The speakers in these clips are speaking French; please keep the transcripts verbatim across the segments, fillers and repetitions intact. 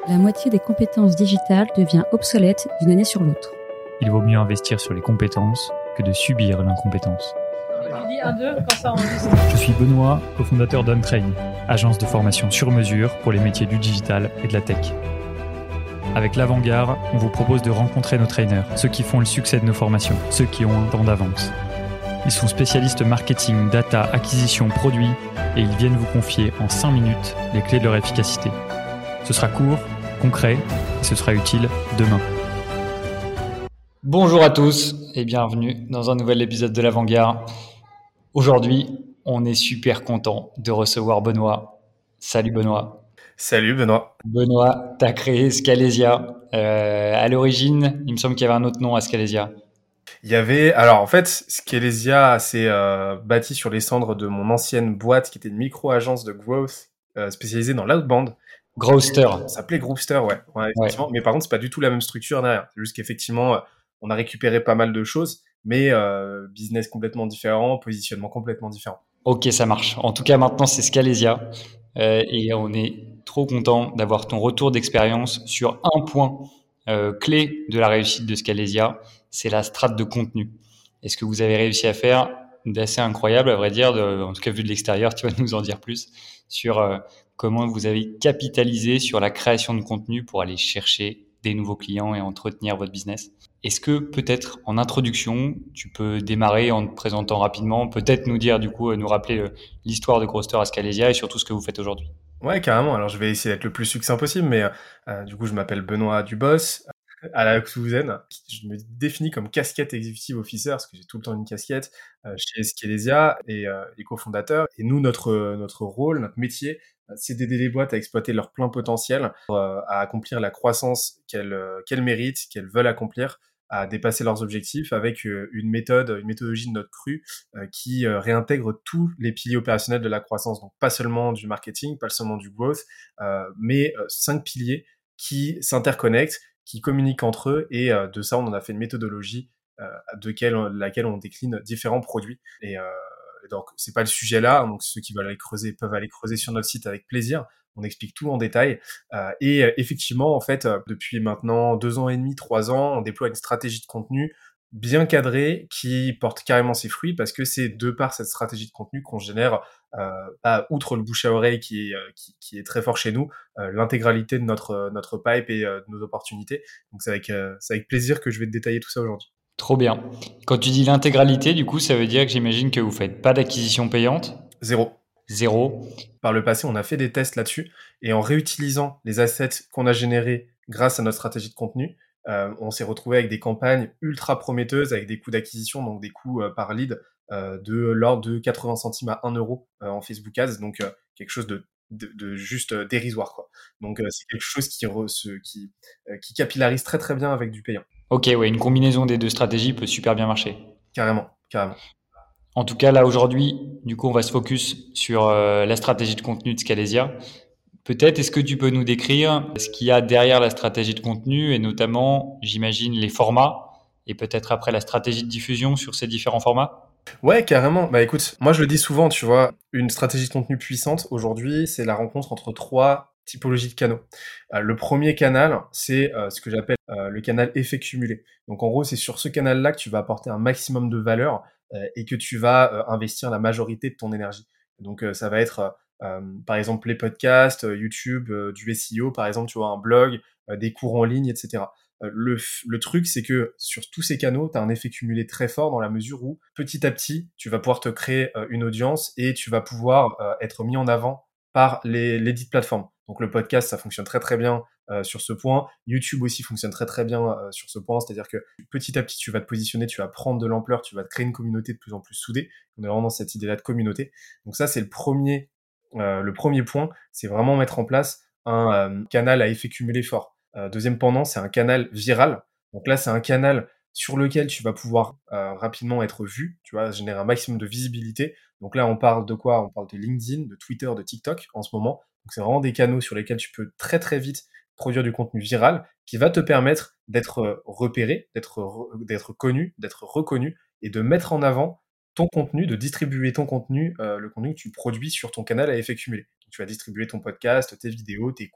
La moitié des compétences digitales devient obsolète d'une année sur l'autre. Il vaut mieux investir sur les compétences que de subir l'incompétence. Tu dis un, deux, quand ça enregistre. Je suis Benoît, cofondateur d'Untrain, agence de formation sur mesure pour les métiers du digital et de la tech. Avec l'Avant-Garde, on vous propose de rencontrer nos trainers, ceux qui font le succès de nos formations, ceux qui ont un temps d'avance. Ils sont spécialistes marketing, data, acquisition, produits, et ils viennent vous confier en cinq minutes les clés de leur efficacité. Ce sera court, concret, et ce sera utile demain. Bonjour à tous et bienvenue dans un nouvel épisode de l'Avant-Garde. Aujourd'hui, on est super content de recevoir Benoît. Salut Benoît. Salut Benoît. Benoît, tu as créé Scalesia. Euh, à l'origine, il me semble qu'il y avait un autre nom à Scalesia. Il y avait, alors en fait, Scalesia s'est euh, bâti sur les cendres de mon ancienne boîte qui était une micro-agence de growth euh, spécialisée dans l'outbound. Growster. Ça s'appelait Groupster, ouais. ouais, effectivement. Ouais. Mais par contre, c'est pas du tout la même structure derrière. C'est juste qu'effectivement, euh, on a récupéré pas mal de choses, mais euh, business complètement différent, positionnement complètement différent. Ok, ça marche. En tout cas, maintenant, c'est Scalesia. Euh, et on est trop content d'avoir ton retour d'expérience sur un point euh, clé de la réussite de Scalesia, c'est la strate de contenu. Et ce que vous avez réussi à faire d'assez incroyable, à vrai dire, de, en tout cas vu de l'extérieur, tu vas nous en dire plus sur euh, comment vous avez capitalisé sur la création de contenu pour aller chercher des nouveaux clients et entretenir votre business. Est-ce que peut-être en introduction, tu peux démarrer en te présentant rapidement, peut-être nous dire du coup, nous rappeler euh, l'histoire de Growster à Scalesia et surtout ce que vous faites aujourd'hui. Ouais, carrément. Alors je vais essayer d'être le plus succinct possible, mais euh, du coup je m'appelle Benoît Dubos. À la Toulousaine, je me définis comme casquette executive officer parce que j'ai tout le temps une casquette euh, chez Scalesia et euh, les cofondateurs. Et nous, notre notre rôle, notre métier, c'est d'aider les boîtes à exploiter leur plein potentiel, euh, à accomplir la croissance qu'elles euh, qu'elles méritent, qu'elles veulent accomplir, à dépasser leurs objectifs avec euh, une méthode, une méthodologie de notre cru euh, qui euh, réintègre tous les piliers opérationnels de la croissance. Donc pas seulement du marketing, pas seulement du growth, euh, mais euh, cinq piliers qui s'interconnectent, qui communiquent entre eux, et euh, de ça, on en a fait une méthodologie euh, de quelle, laquelle on décline différents produits. Et euh, donc, c'est pas le sujet là, donc ceux qui veulent aller creuser peuvent aller creuser sur notre site avec plaisir. On explique tout en détail. Euh, et euh, effectivement, en fait, euh, depuis maintenant deux ans et demi, trois ans, on déploie une stratégie de contenu bien cadrée qui porte carrément ses fruits parce que c'est de par cette stratégie de contenu qu'on génère, euh, à, outre le bouche à oreille qui est, euh, qui, qui est très fort chez nous, euh, l'intégralité de notre, notre pipe et euh, de nos opportunités. Donc c'est avec, euh, c'est avec plaisir que je vais te détailler tout ça aujourd'hui. Trop bien. Quand tu dis l'intégralité, du coup, ça veut dire que j'imagine que vous faites pas d'acquisition payante. Zéro. Zéro. Par le passé, on a fait des tests là-dessus et en réutilisant les assets qu'on a générés grâce à notre stratégie de contenu, euh, on s'est retrouvé avec des campagnes ultra prometteuses, avec des coûts d'acquisition, donc des coûts euh, par lead euh, de l'ordre de quatre-vingts centimes à un euro euh, en Facebook Ads, donc euh, quelque chose de, de, de juste euh, dérisoire, quoi. Donc euh, c'est quelque chose qui, re, ce, qui, euh, qui capillarise très très bien avec du payant. Ok, ouais, une combinaison des deux stratégies peut super bien marcher. Carrément, carrément. En tout cas, là aujourd'hui, du coup, on va se focus sur euh, la stratégie de contenu de Scalesia. Peut-être, est-ce que tu peux nous décrire ce qu'il y a derrière la stratégie de contenu et notamment, j'imagine, les formats et peut-être après la stratégie de diffusion sur ces différents formats? Ouais, carrément. Bah écoute, moi je le dis souvent, tu vois, une stratégie de contenu puissante aujourd'hui, c'est la rencontre entre trois typologies de canaux. Euh, le premier canal, c'est euh, ce que j'appelle euh, le canal effet cumulé. Donc en gros, c'est sur ce canal-là que tu vas apporter un maximum de valeur euh, et que tu vas euh, investir la majorité de ton énergie. Donc euh, ça va être euh, par exemple les podcasts, euh, YouTube, euh, du S E O, par exemple, tu vois, un blog, euh, des cours en ligne, et cetera. Euh, le, le truc, c'est que sur tous ces canaux, tu as un effet cumulé très fort dans la mesure où petit à petit, tu vas pouvoir te créer euh, une audience et tu vas pouvoir euh, être mis en avant par les, les dites plateformes. Donc le podcast, ça fonctionne très très bien euh, sur ce point. YouTube aussi fonctionne très très bien euh, sur ce point. C'est-à-dire que petit à petit, tu vas te positionner, tu vas prendre de l'ampleur, tu vas te créer une communauté de plus en plus soudée. On est vraiment dans cette idée-là de communauté. Donc ça, c'est le premier, euh, le premier point. C'est vraiment mettre en place un euh, canal à effet cumulé fort. Euh, deuxième pendant, c'est un canal viral. Donc là, c'est un canal sur lequel tu vas pouvoir euh, rapidement être vu, tu vois, générer un maximum de visibilité. Donc là, on parle de quoi? On parle de LinkedIn, de Twitter, de TikTok en ce moment. Donc c'est vraiment des canaux sur lesquels tu peux très très vite produire du contenu viral qui va te permettre d'être repéré, d'être, re- d'être connu, d'être reconnu et de mettre en avant ton contenu, de distribuer ton contenu, euh, le contenu que tu produis sur ton canal à effet cumulé. Donc, tu vas distribuer ton podcast, tes vidéos, tes cours,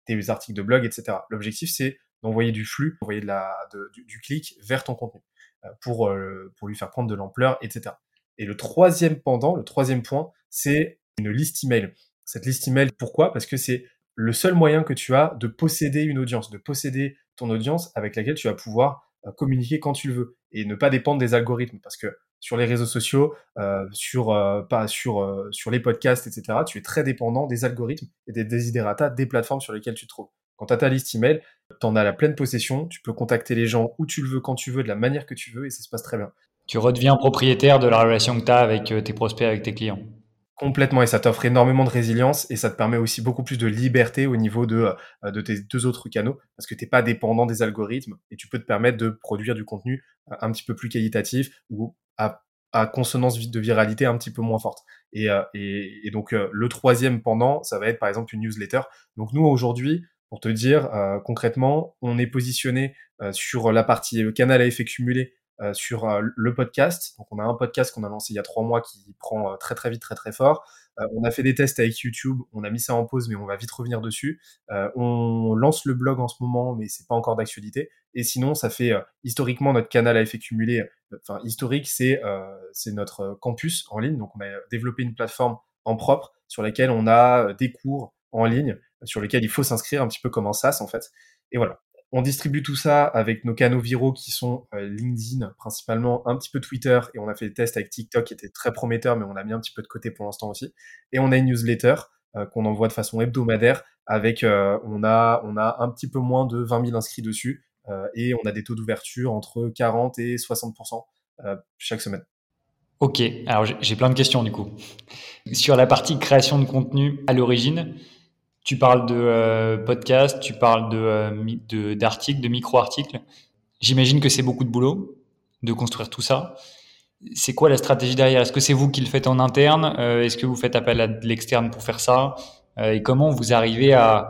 tes articles de blog, et cetera. L'objectif, c'est d'envoyer du flux, d'envoyer de la, de, du, du clic vers ton contenu euh, pour, euh, pour lui faire prendre de l'ampleur, et cetera. Et le troisième pendant, le troisième point, c'est une liste email. Cette liste email, pourquoi ? Parce que c'est le seul moyen que tu as de posséder une audience, de posséder ton audience avec laquelle tu vas pouvoir euh, communiquer quand tu le veux et ne pas dépendre des algorithmes. Parce que sur les réseaux sociaux, euh, sur, euh, pas, sur, euh, sur les podcasts, et cetera, tu es très dépendant des algorithmes et des desiderata des plateformes sur lesquelles tu te trouves. Quand tu as ta liste email, tu en as la pleine possession, tu peux contacter les gens où tu le veux, quand tu veux, de la manière que tu veux, et ça se passe très bien. Tu redeviens propriétaire de la relation que tu as avec tes prospects, avec tes clients. Complètement, et ça t'offre énormément de résilience et ça te permet aussi beaucoup plus de liberté au niveau de, de tes deux autres canaux parce que t'es pas dépendant des algorithmes et tu peux te permettre de produire du contenu un petit peu plus qualitatif ou à, à consonance de viralité un petit peu moins forte. Et, et, et donc le troisième pendant, ça va être par exemple une newsletter. Donc nous aujourd'hui, pour te dire euh, concrètement, on est positionné euh, sur la partie le canal à effet cumulé. Euh, sur euh, le podcast. Donc, on a un podcast qu'on a lancé il y a trois mois qui prend euh, très très vite, très très fort. Euh, on a fait des tests avec YouTube. On a mis ça en pause, mais on va vite revenir dessus. Euh, on lance le blog en ce moment, mais c'est pas encore d'actualité. Et sinon, ça fait euh, historiquement notre canal à effet cumulé. Euh, enfin, historique, c'est euh, c'est notre campus en ligne. Donc, on a développé une plateforme en propre sur laquelle on a des cours en ligne sur lesquels il faut s'inscrire un petit peu comme un SaaS en fait. Et voilà. On distribue tout ça avec nos canaux viraux qui sont euh, LinkedIn principalement, un petit peu Twitter, et on a fait des tests avec TikTok qui étaient très prometteurs, mais on a mis un petit peu de côté pour l'instant aussi. Et on a une newsletter euh, qu'on envoie de façon hebdomadaire avec, euh, on a on a un petit peu moins de vingt mille inscrits dessus euh, et on a des taux d'ouverture entre quarante et soixante pour cent euh, chaque semaine. Ok, alors j'ai plein de questions du coup. Sur la partie création de contenu à l'origine, tu parles de euh, podcasts, tu parles de, euh, de, d'articles, de micro-articles. J'imagine que c'est beaucoup de boulot de construire tout ça. C'est quoi la stratégie derrière ? Est-ce que c'est vous qui le faites en interne ? euh, Est-ce que vous faites appel à de l'externe pour faire ça ? euh, Et comment vous arrivez à,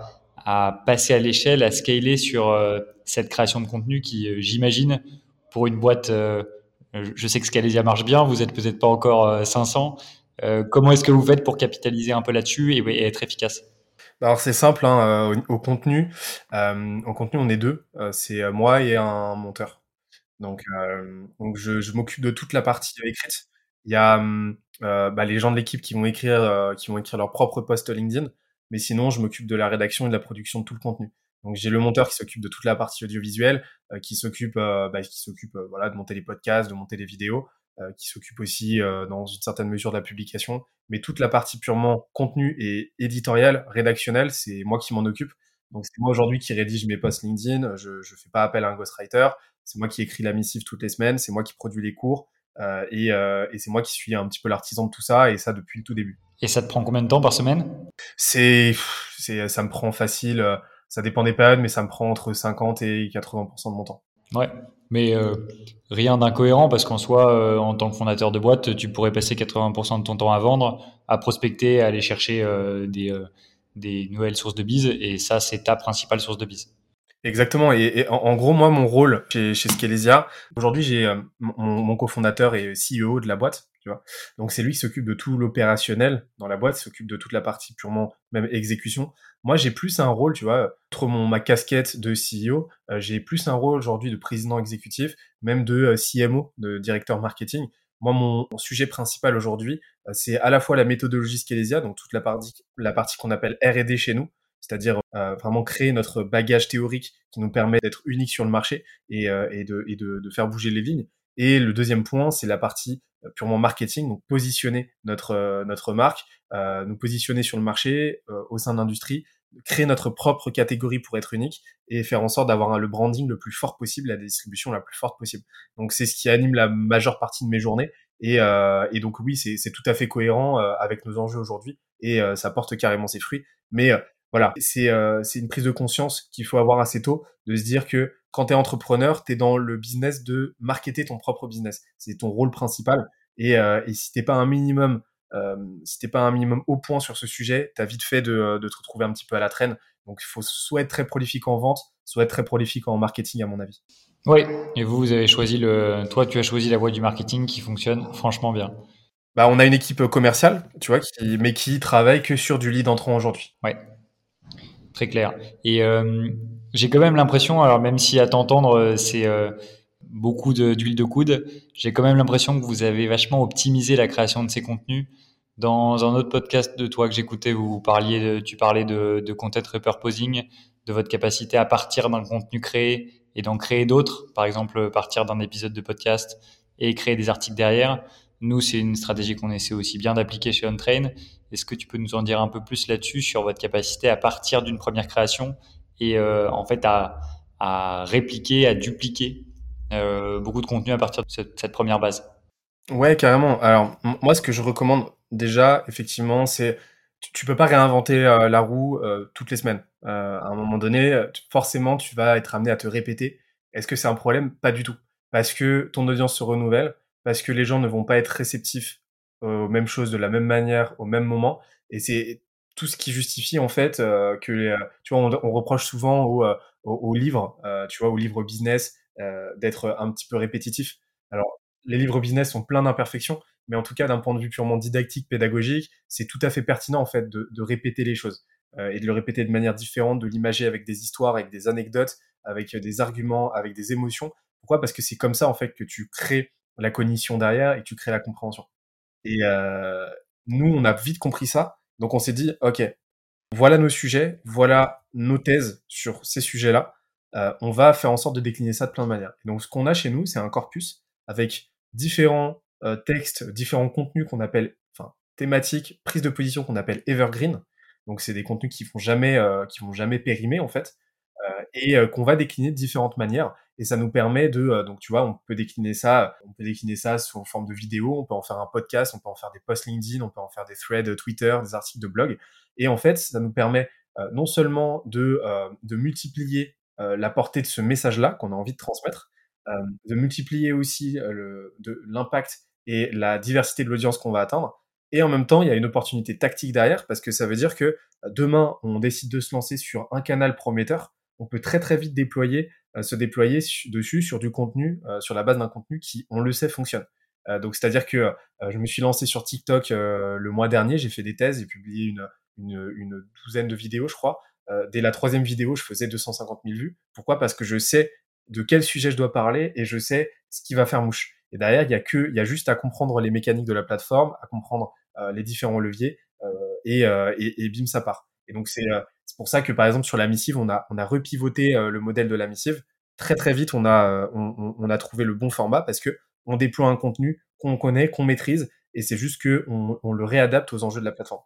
à passer à l'échelle, à scaler sur euh, cette création de contenu qui, euh, j'imagine, pour une boîte, euh, je sais que Scalesia marche bien, vous êtes peut-être pas encore euh, cinq cents. Euh, comment est-ce que vous faites pour capitaliser un peu là-dessus et, et être efficace ? Alors c'est simple, hein, au, au contenu, euh, au contenu on est deux, euh, c'est moi et un monteur. Donc, euh, donc je, je m'occupe de toute la partie écrite. Il y a euh, bah, les gens de l'équipe qui vont écrire, euh, qui vont écrire leur propre post LinkedIn, mais sinon je m'occupe de la rédaction et de la production de tout le contenu. Donc j'ai le monteur qui s'occupe de toute la partie audiovisuelle, euh, qui s'occupe, euh, bah, qui s'occupe euh, voilà de monter les podcasts, de monter les vidéos, euh, qui s'occupe aussi euh, dans une certaine mesure de la publication. Mais toute la partie purement contenu et éditorial, rédactionnel, c'est moi qui m'en occupe. Donc c'est moi aujourd'hui qui rédige mes posts LinkedIn. Je je fais pas appel à un ghostwriter. C'est moi qui écris la missive toutes les semaines. C'est moi qui produis les cours euh, et, euh, et c'est moi qui suis un petit peu l'artisan de tout ça et ça depuis le tout début. Et ça te prend combien de temps par semaine ? C'est c'est ça me prend facile. Euh, ça dépend des périodes, mais ça me prend entre cinquante et quatre-vingts pour cent de mon temps. Ouais, mais euh, rien d'incohérent parce qu'en soi, euh, en tant que fondateur de boîte, tu pourrais passer quatre-vingts pour cent de ton temps à vendre, à prospecter, à aller chercher euh, des, euh, des nouvelles sources de bise et ça, c'est ta principale source de bise. Exactement. Et, et en, en gros, moi, mon rôle chez, chez Scalesia, aujourd'hui, j'ai euh, mon, mon cofondateur et C E O de la boîte, tu vois. Donc, c'est lui qui s'occupe de tout l'opérationnel dans la boîte, s'occupe de toute la partie purement même exécution. Moi, j'ai plus un rôle, tu vois, entre mon ma casquette de C E O, euh, j'ai plus un rôle aujourd'hui de président exécutif, même de euh, C M O, de directeur marketing. Moi, mon, mon sujet principal aujourd'hui, euh, c'est à la fois la méthodologie Scalesia, donc toute la partie, la partie qu'on appelle R et D chez nous, c'est-à-dire euh, vraiment créer notre bagage théorique qui nous permet d'être unique sur le marché et, euh, et, de, et de, de faire bouger les lignes. Et le deuxième point, c'est la partie euh, purement marketing, donc positionner notre euh, notre marque, euh, nous positionner sur le marché euh, au sein de l'industrie, créer notre propre catégorie pour être unique et faire en sorte d'avoir un, le branding le plus fort possible, la distribution la plus forte possible. Donc c'est ce qui anime la majeure partie de mes journées et, euh, et donc oui, c'est, c'est tout à fait cohérent euh, avec nos enjeux aujourd'hui et euh, ça porte carrément ses fruits. Mais euh, voilà, c'est euh, c'est une prise de conscience qu'il faut avoir assez tôt, de se dire que quand tu es entrepreneur, tu es dans le business de marketer ton propre business. C'est ton rôle principal. Et, euh, et si t'es pas un minimum, euh, si t'es pas un minimum au point sur ce sujet, t'as vite fait de, de te retrouver un petit peu à la traîne. Donc il faut soit être très prolifique en vente, soit être très prolifique en marketing, à mon avis. Oui. Et vous, vous avez choisi le, toi, tu as choisi la voie du marketing qui fonctionne franchement bien. Bah, on a une équipe commerciale, tu vois, qui, mais qui travaille que sur du lead entrant aujourd'hui. Ouais. Très clair. Et euh, j'ai quand même l'impression, alors même si à t'entendre, euh, c'est euh, beaucoup de- d'huile de coude, j'ai quand même l'impression que vous avez vachement optimisé la création de ces contenus. Dans un autre podcast de toi que j'écoutais, vous parliez de, tu parlais de, de content repurposing, de votre capacité à partir d'un contenu créé et d'en créer d'autres. Par exemple, partir d'un épisode de podcast et créer des articles derrière. Nous, c'est une stratégie qu'on essaie aussi bien d'appliquer chez OnTrain. Est-ce que tu peux nous en dire un peu plus là-dessus, sur votre capacité à partir d'une première création et euh, en fait à, à répliquer, à dupliquer euh, beaucoup de contenu à partir de cette, cette première base? Ouais, carrément. Alors, m- moi, ce que je recommande déjà, effectivement, c'est tu, tu peux pas réinventer euh, la roue euh, toutes les semaines. Euh, à un moment donné, euh, tu- forcément, tu vas être amené à te répéter. Est-ce que c'est un problème? Pas du tout. Parce que ton audience se renouvelle, parce que les gens ne vont pas être réceptifs aux mêmes choses de la même manière, au même moment. Et c'est tout ce qui justifie, en fait, euh, que les, euh, tu vois, on, on reproche souvent aux, euh, aux, aux livres, euh, tu vois, aux livres business, euh, d'être un petit peu répétitifs. Alors, les livres business sont pleins d'imperfections, mais en tout cas, d'un point de vue purement didactique, pédagogique, c'est tout à fait pertinent, en fait, de, de répéter les choses euh, et de le répéter de manière différente, de l'imager avec des histoires, avec des anecdotes, avec euh, des arguments, avec des émotions. Pourquoi? Parce que c'est comme ça, en fait, que tu crées la cognition derrière et que tu crées la compréhension. Et euh, nous, on a vite compris ça. Donc, on s'est dit, OK, voilà nos sujets, voilà nos thèses sur ces sujets-là. Euh, on va faire en sorte de décliner ça de plein de manières. Et donc, ce qu'on a chez nous, c'est un corpus avec différents euh, textes, différents contenus qu'on appelle, enfin, thématiques, prise de position qu'on appelle evergreen. Donc, c'est des contenus qui vont jamais, euh, qui vont jamais périmer en fait, euh, et euh, qu'on va décliner de différentes manières. Et ça nous permet de, euh, donc tu vois, on peut décliner ça, on peut décliner ça sous forme de vidéo, on peut en faire un podcast, on peut en faire des posts LinkedIn, on peut en faire des threads Twitter, des articles de blog. Et en fait, ça nous permet euh, non seulement de, euh, de multiplier euh, la portée de ce message-là qu'on a envie de transmettre, euh, de multiplier aussi euh, le, de, l'impact et la diversité de l'audience qu'on va atteindre. Et en même temps, il y a une opportunité tactique derrière, parce que ça veut dire que euh, demain, on décide de se lancer sur un canal prometteur, on peut très très vite déployer, euh, se déployer su- dessus sur du contenu, euh, sur la base d'un contenu qui, on le sait, fonctionne. Euh, donc c'est-à-dire que euh, je me suis lancé sur TikTok euh, le mois dernier, j'ai fait des thèses, j'ai publié une, une, une douzaine de vidéos, je crois. Euh, dès la troisième vidéo, je faisais deux cent cinquante mille vues. Pourquoi? Parce que je sais de quel sujet je dois parler et je sais ce qui va faire mouche. Et derrière, il y a que, il y a juste à comprendre les mécaniques de la plateforme, à comprendre euh, les différents leviers euh, et, euh, et, et bim, ça part. Et donc c'est euh, c'est pour ça que par exemple sur la missive, on a on a repivoté euh, le modèle de la missive. Très très vite, on a euh, on, on- on a trouvé le bon format parce que on déploie un contenu qu'on connaît, qu'on maîtrise, et c'est juste que on, on le réadapte aux enjeux de la plateforme.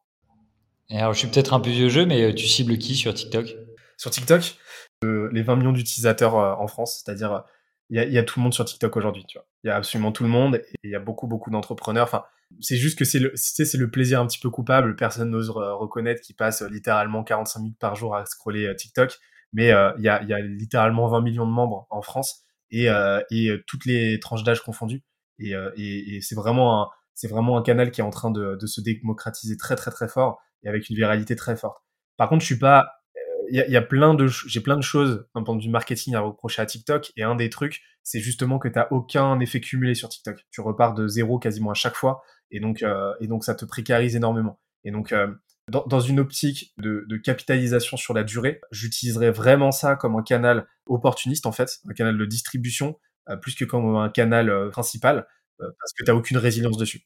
Et alors, je suis peut-être un peu vieux jeu, mais euh, tu cibles qui sur TikTok? Sur TikTok, euh, les vingt millions d'utilisateurs euh, en France, c'est-à-dire euh, il y, a, il y a tout le monde sur TikTok aujourd'hui, tu vois. Il y a absolument tout le monde et il y a beaucoup beaucoup d'entrepreneurs. Enfin, c'est juste que c'est le, c'est, c'est le plaisir un petit peu coupable. Personne n'ose euh, reconnaître qu'ils passent euh, littéralement quarante-cinq minutes par jour à scroller euh, TikTok. Mais euh, il y, a, il y a littéralement vingt millions de membres en France et, euh, et euh, toutes les tranches d'âge confondues. Et, euh, et, et c'est vraiment un, c'est vraiment un canal qui est en train de, de se démocratiser très très très fort et avec une viralité très forte. Par contre, je suis pas il y a, y a plein de, j'ai plein de choses d'un point de vue marketing à reprocher à TikTok. Et un des trucs, c'est justement que t'as aucun effet cumulé sur TikTok. Tu repars de zéro quasiment à chaque fois. Et donc, euh, et donc ça te précarise énormément. Et donc, euh, dans, dans une optique de, de capitalisation sur la durée, j'utiliserais vraiment ça comme un canal opportuniste, en fait, un canal de distribution, euh, plus que comme un canal euh, principal, euh, parce que t'as aucune résilience dessus.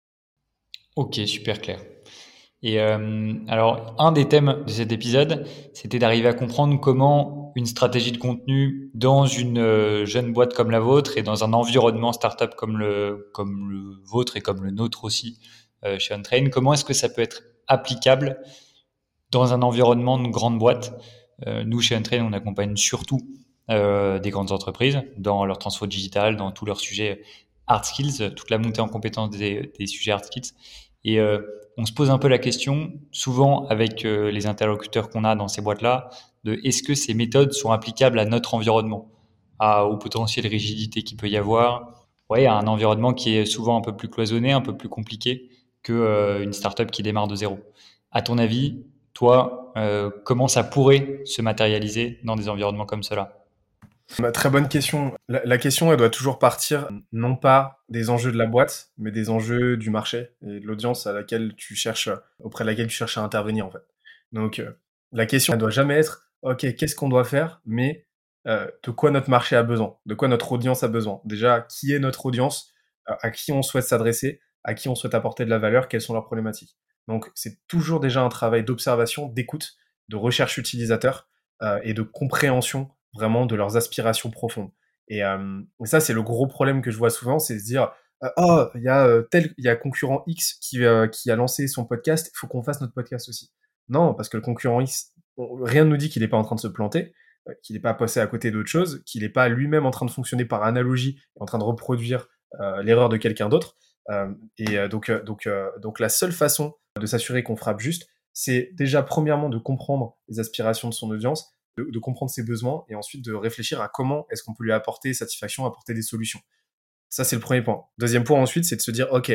Ok, super clair. Et euh, alors, un des thèmes de cet épisode, c'était d'arriver à comprendre comment une stratégie de contenu dans une euh, jeune boîte comme la vôtre et dans un environnement startup comme le, comme le vôtre et comme le nôtre aussi euh, chez OnTrain, comment est-ce que ça peut être applicable dans un environnement de grande boîte? Euh, nous, chez OnTrain, on accompagne surtout euh, des grandes entreprises dans leur transfo digital, dans tous leurs sujets hard skills, toute la montée en compétence des, des sujets hard skills. Et euh, on se pose un peu la question, souvent avec euh, les interlocuteurs qu'on a dans ces boîtes-là, de est-ce que ces méthodes sont applicables à notre environnement, à, au potentiel rigidité qu'il peut y avoir, ouais, à un environnement qui est souvent un peu plus cloisonné, un peu plus compliqué que euh, une startup qui démarre de zéro. À ton avis, toi, euh, comment ça pourrait se matérialiser dans des environnements comme cela? Bah, très bonne question. La, la question, elle doit toujours partir non pas des enjeux de la boîte, mais des enjeux du marché et de l'audience à laquelle tu cherches, auprès de laquelle tu cherches à intervenir en fait. Donc, euh, La question, elle doit jamais être « Ok, qu'est-ce qu'on doit faire ?» mais euh, de quoi notre marché a besoin, de quoi notre audience a besoin. Déjà, qui est notre audience, euh, à qui on souhaite s'adresser, à qui on souhaite apporter de la valeur, quelles sont leurs problématiques. Donc, c'est toujours déjà un travail d'observation, d'écoute, de recherche utilisateur euh, et de compréhension vraiment de leurs aspirations profondes. Et, euh, et ça, c'est le gros problème que je vois souvent, c'est se dire euh, « Oh, il y a euh, tel, il y a concurrent X qui, euh, qui a lancé son podcast, il faut qu'on fasse notre podcast aussi. » Non, parce que le concurrent X, on- rien ne nous dit qu'il n'est pas en train de se planter, euh, qu'il n'est pas passé à côté d'autre chose, qu'il n'est pas lui-même en train de fonctionner par analogie, en train de reproduire euh, l'erreur de quelqu'un d'autre. Euh, et euh, donc, euh, donc, euh, donc la seule façon de s'assurer qu'on frappe juste, c'est déjà premièrement de comprendre les aspirations de son audience, de, de comprendre ses besoins, et ensuite de réfléchir à comment est-ce qu'on peut lui apporter satisfaction, apporter des solutions. Ça, c'est le premier point. Deuxième point ensuite, c'est de se dire, ok,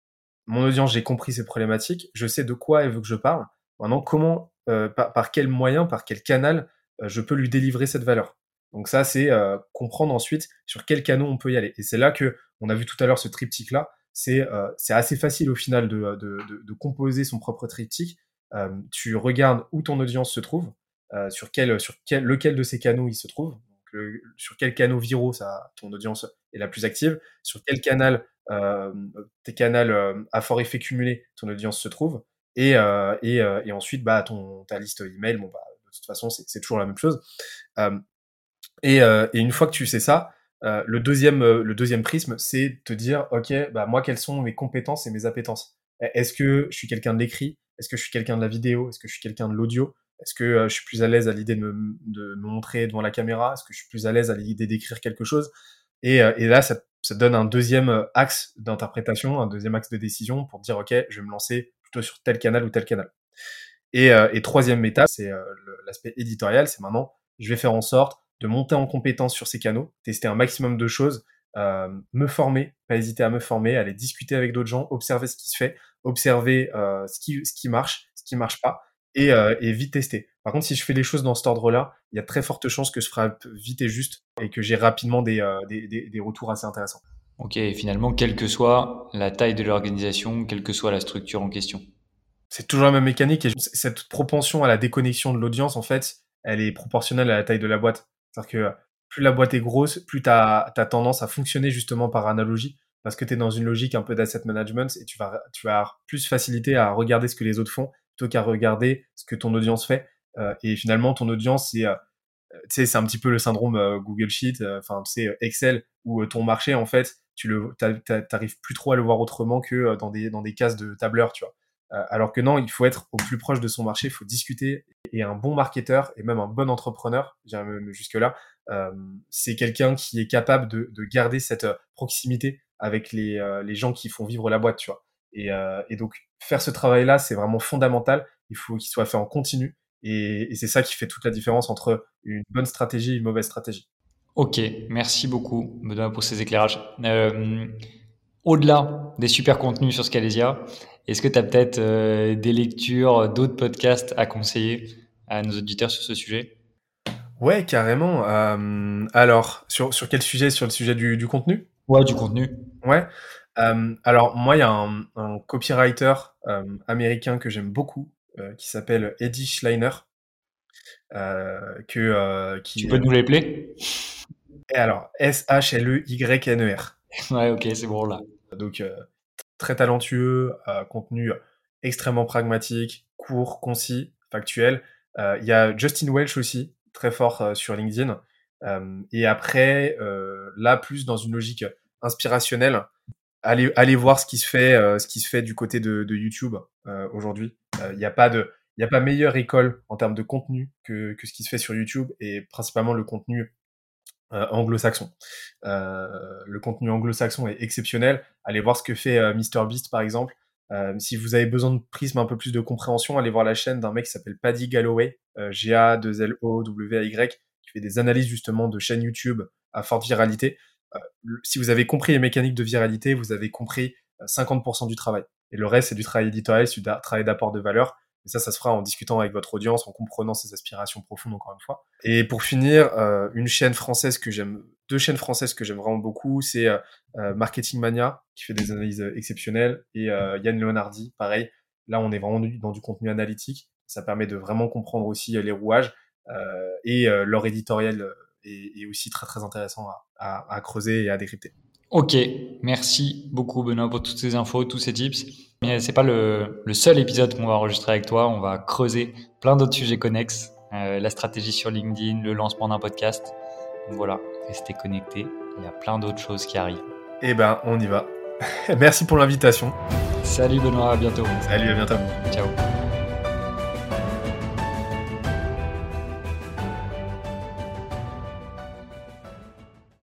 mon audience, j'ai compris ses problématiques, je sais de quoi elle veut que je parle. Maintenant, comment, euh, par, par quel moyen, par quel canal, euh, je peux lui délivrer cette valeur. Donc ça, c'est euh, comprendre ensuite sur quel canal on peut y aller. Et c'est là que on a vu tout à l'heure ce triptyque-là. C'est euh, c'est assez facile au final de, de, de, de composer son propre triptyque. Euh, tu regardes où ton audience se trouve, euh, sur quel, sur quel, lequel de ces canaux il se trouve, donc le, sur quel canal viraux ça, ton audience est la plus active, sur quel canal euh, tes canaux euh, à fort effet cumulé, ton audience se trouve, et, euh, et, euh, et ensuite bah, ton, ta liste email, bon, bah, de toute façon, c'est, c'est toujours la même chose. Euh, et, euh, et une fois que tu sais ça, euh, le, deuxième, euh, le deuxième prisme, c'est de te dire, OK, bah, moi, quelles sont mes compétences et mes appétences? Est-ce que je suis quelqu'un de l'écrit? Est-ce que je suis quelqu'un de la vidéo? Est-ce que je suis quelqu'un de l'audio? Est-ce que euh, je suis plus à l'aise à l'idée de me, de me montrer devant la caméra? Est-ce que je suis plus à l'aise à l'idée d'écrire quelque chose? Et, euh, et là, ça, ça donne un deuxième euh, axe d'interprétation, un deuxième axe de décision pour dire, OK, je vais me lancer plutôt sur tel canal ou tel canal. Et, euh, et troisième étape, c'est euh, le- l'aspect éditorial, c'est maintenant, je vais faire en sorte de monter en compétence sur ces canaux, tester un maximum de choses, euh, me former, pas hésiter à me former, aller discuter avec d'autres gens, observer ce qui se fait, observer euh, ce, qui, ce qui marche, ce qui marche pas, et, euh, et vite tester. Par contre, si je fais les choses dans cet ordre-là, il y a très forte chance que ce sera vite et juste et que j'ai rapidement des, euh, des, des, des retours assez intéressants. Ok, et finalement, quelle que soit la taille de l'organisation, quelle que soit la structure en question. C'est toujours la même mécanique et c- cette propension à la déconnexion de l'audience, en fait, elle est proportionnelle à la taille de la boîte. C'est-à-dire que plus la boîte est grosse, plus tu as tendance à fonctionner justement par analogie parce que tu es dans une logique un peu d'asset management et tu vas, tu vas avoir plus facilité à regarder ce que les autres font plutôt qu'à regarder ce que ton audience fait. Euh, et finalement, ton audience, c'est, euh, tu sais, c'est un petit peu le syndrome euh, Google Sheet, euh, enfin, tu sais, Excel, où euh, ton marché, en fait, tu le, t'a- t'a- t'arrives plus trop à le voir autrement que euh, dans des, dans des cases de tableur, tu vois. Euh, alors que non, il faut être au plus proche de son marché, il faut discuter. Et un bon marketeur et même un bon entrepreneur, j'irai même jusque-là, euh, c'est quelqu'un qui est capable de, de garder cette euh, proximité avec les, euh, les gens qui font vivre la boîte, tu vois. Et, euh, et donc, faire ce travail-là, c'est vraiment fondamental. Il faut qu'il soit fait en continu. Et, et c'est ça qui fait toute la différence entre une bonne stratégie et une mauvaise stratégie. Ok, merci beaucoup, Benoît, pour ces éclairages. Euh, au-delà des super contenus sur Scalesia, est-ce que tu as peut-être euh, des lectures, d'autres podcasts à conseiller à nos auditeurs sur ce sujet? Ouais, carrément. Euh, alors, sur, sur quel sujet? Sur le sujet du, du contenu? Ouais, du contenu. Ouais. Euh, alors, moi, il y a un, un copywriter euh, américain que j'aime beaucoup, euh, qui s'appelle Eddie Schleiner, euh, que, euh, Tu qui peux nous les plaire? est alors S H L E Y N E R. Ouais, ok, c'est bon là. Donc, euh, très talentueux, euh, contenu extrêmement pragmatique, court, concis, factuel. Euh, Il y a Justin Welch aussi, très fort euh, sur LinkedIn. Euh, et après, euh, là, plus dans une logique inspirationnelle, allez, allez voir ce qui se fait, euh, ce qui se fait du côté de, de YouTube euh, aujourd'hui. Il n'y a pas de, il y a pas meilleure école en termes de contenu que, que ce qui se fait sur YouTube et principalement le contenu euh, anglo-saxon. Euh, le contenu anglo-saxon est exceptionnel. Allez voir ce que fait euh, MrBeast par exemple. Euh, si vous avez besoin de prisme un peu plus de compréhension, allez voir la chaîne d'un mec qui s'appelle Paddy Galloway, euh, G A deux L O W A Y, qui fait des analyses justement de chaînes YouTube à forte viralité. Euh, le- si vous avez compris les mécaniques de viralité, vous avez compris euh, cinquante pour cent du travail. Et le reste, c'est du travail éditorial, c'est du da- travail d'apport de valeur. Et ça, ça se fera en discutant avec votre audience, en comprenant ses aspirations profondes, encore une fois. Et pour finir, euh, une chaîne française que j'aime, deux chaînes françaises que j'aime vraiment beaucoup, c'est euh, euh, Marketing Mania, qui fait des analyses euh, exceptionnelles, et euh, Yann Leonardi, pareil. Là, on est vraiment du- dans du contenu analytique. Ça permet de vraiment comprendre aussi les rouages euh, et euh, leur éditorial est, est aussi très très intéressant à, à, à creuser et à décrypter. Ok, merci beaucoup Benoît pour toutes ces infos, tous ces tips. Mais c'est pas le, le seul épisode qu'on va enregistrer avec toi. On va creuser plein d'autres sujets connexes, euh, la stratégie sur LinkedIn, le lancement d'un podcast. Donc voilà, restez connectés. Il y a plein d'autres choses qui arrivent. Eh ben, on y va. Merci pour l'invitation. Salut Benoît, à bientôt. Salut, à bientôt. Ciao.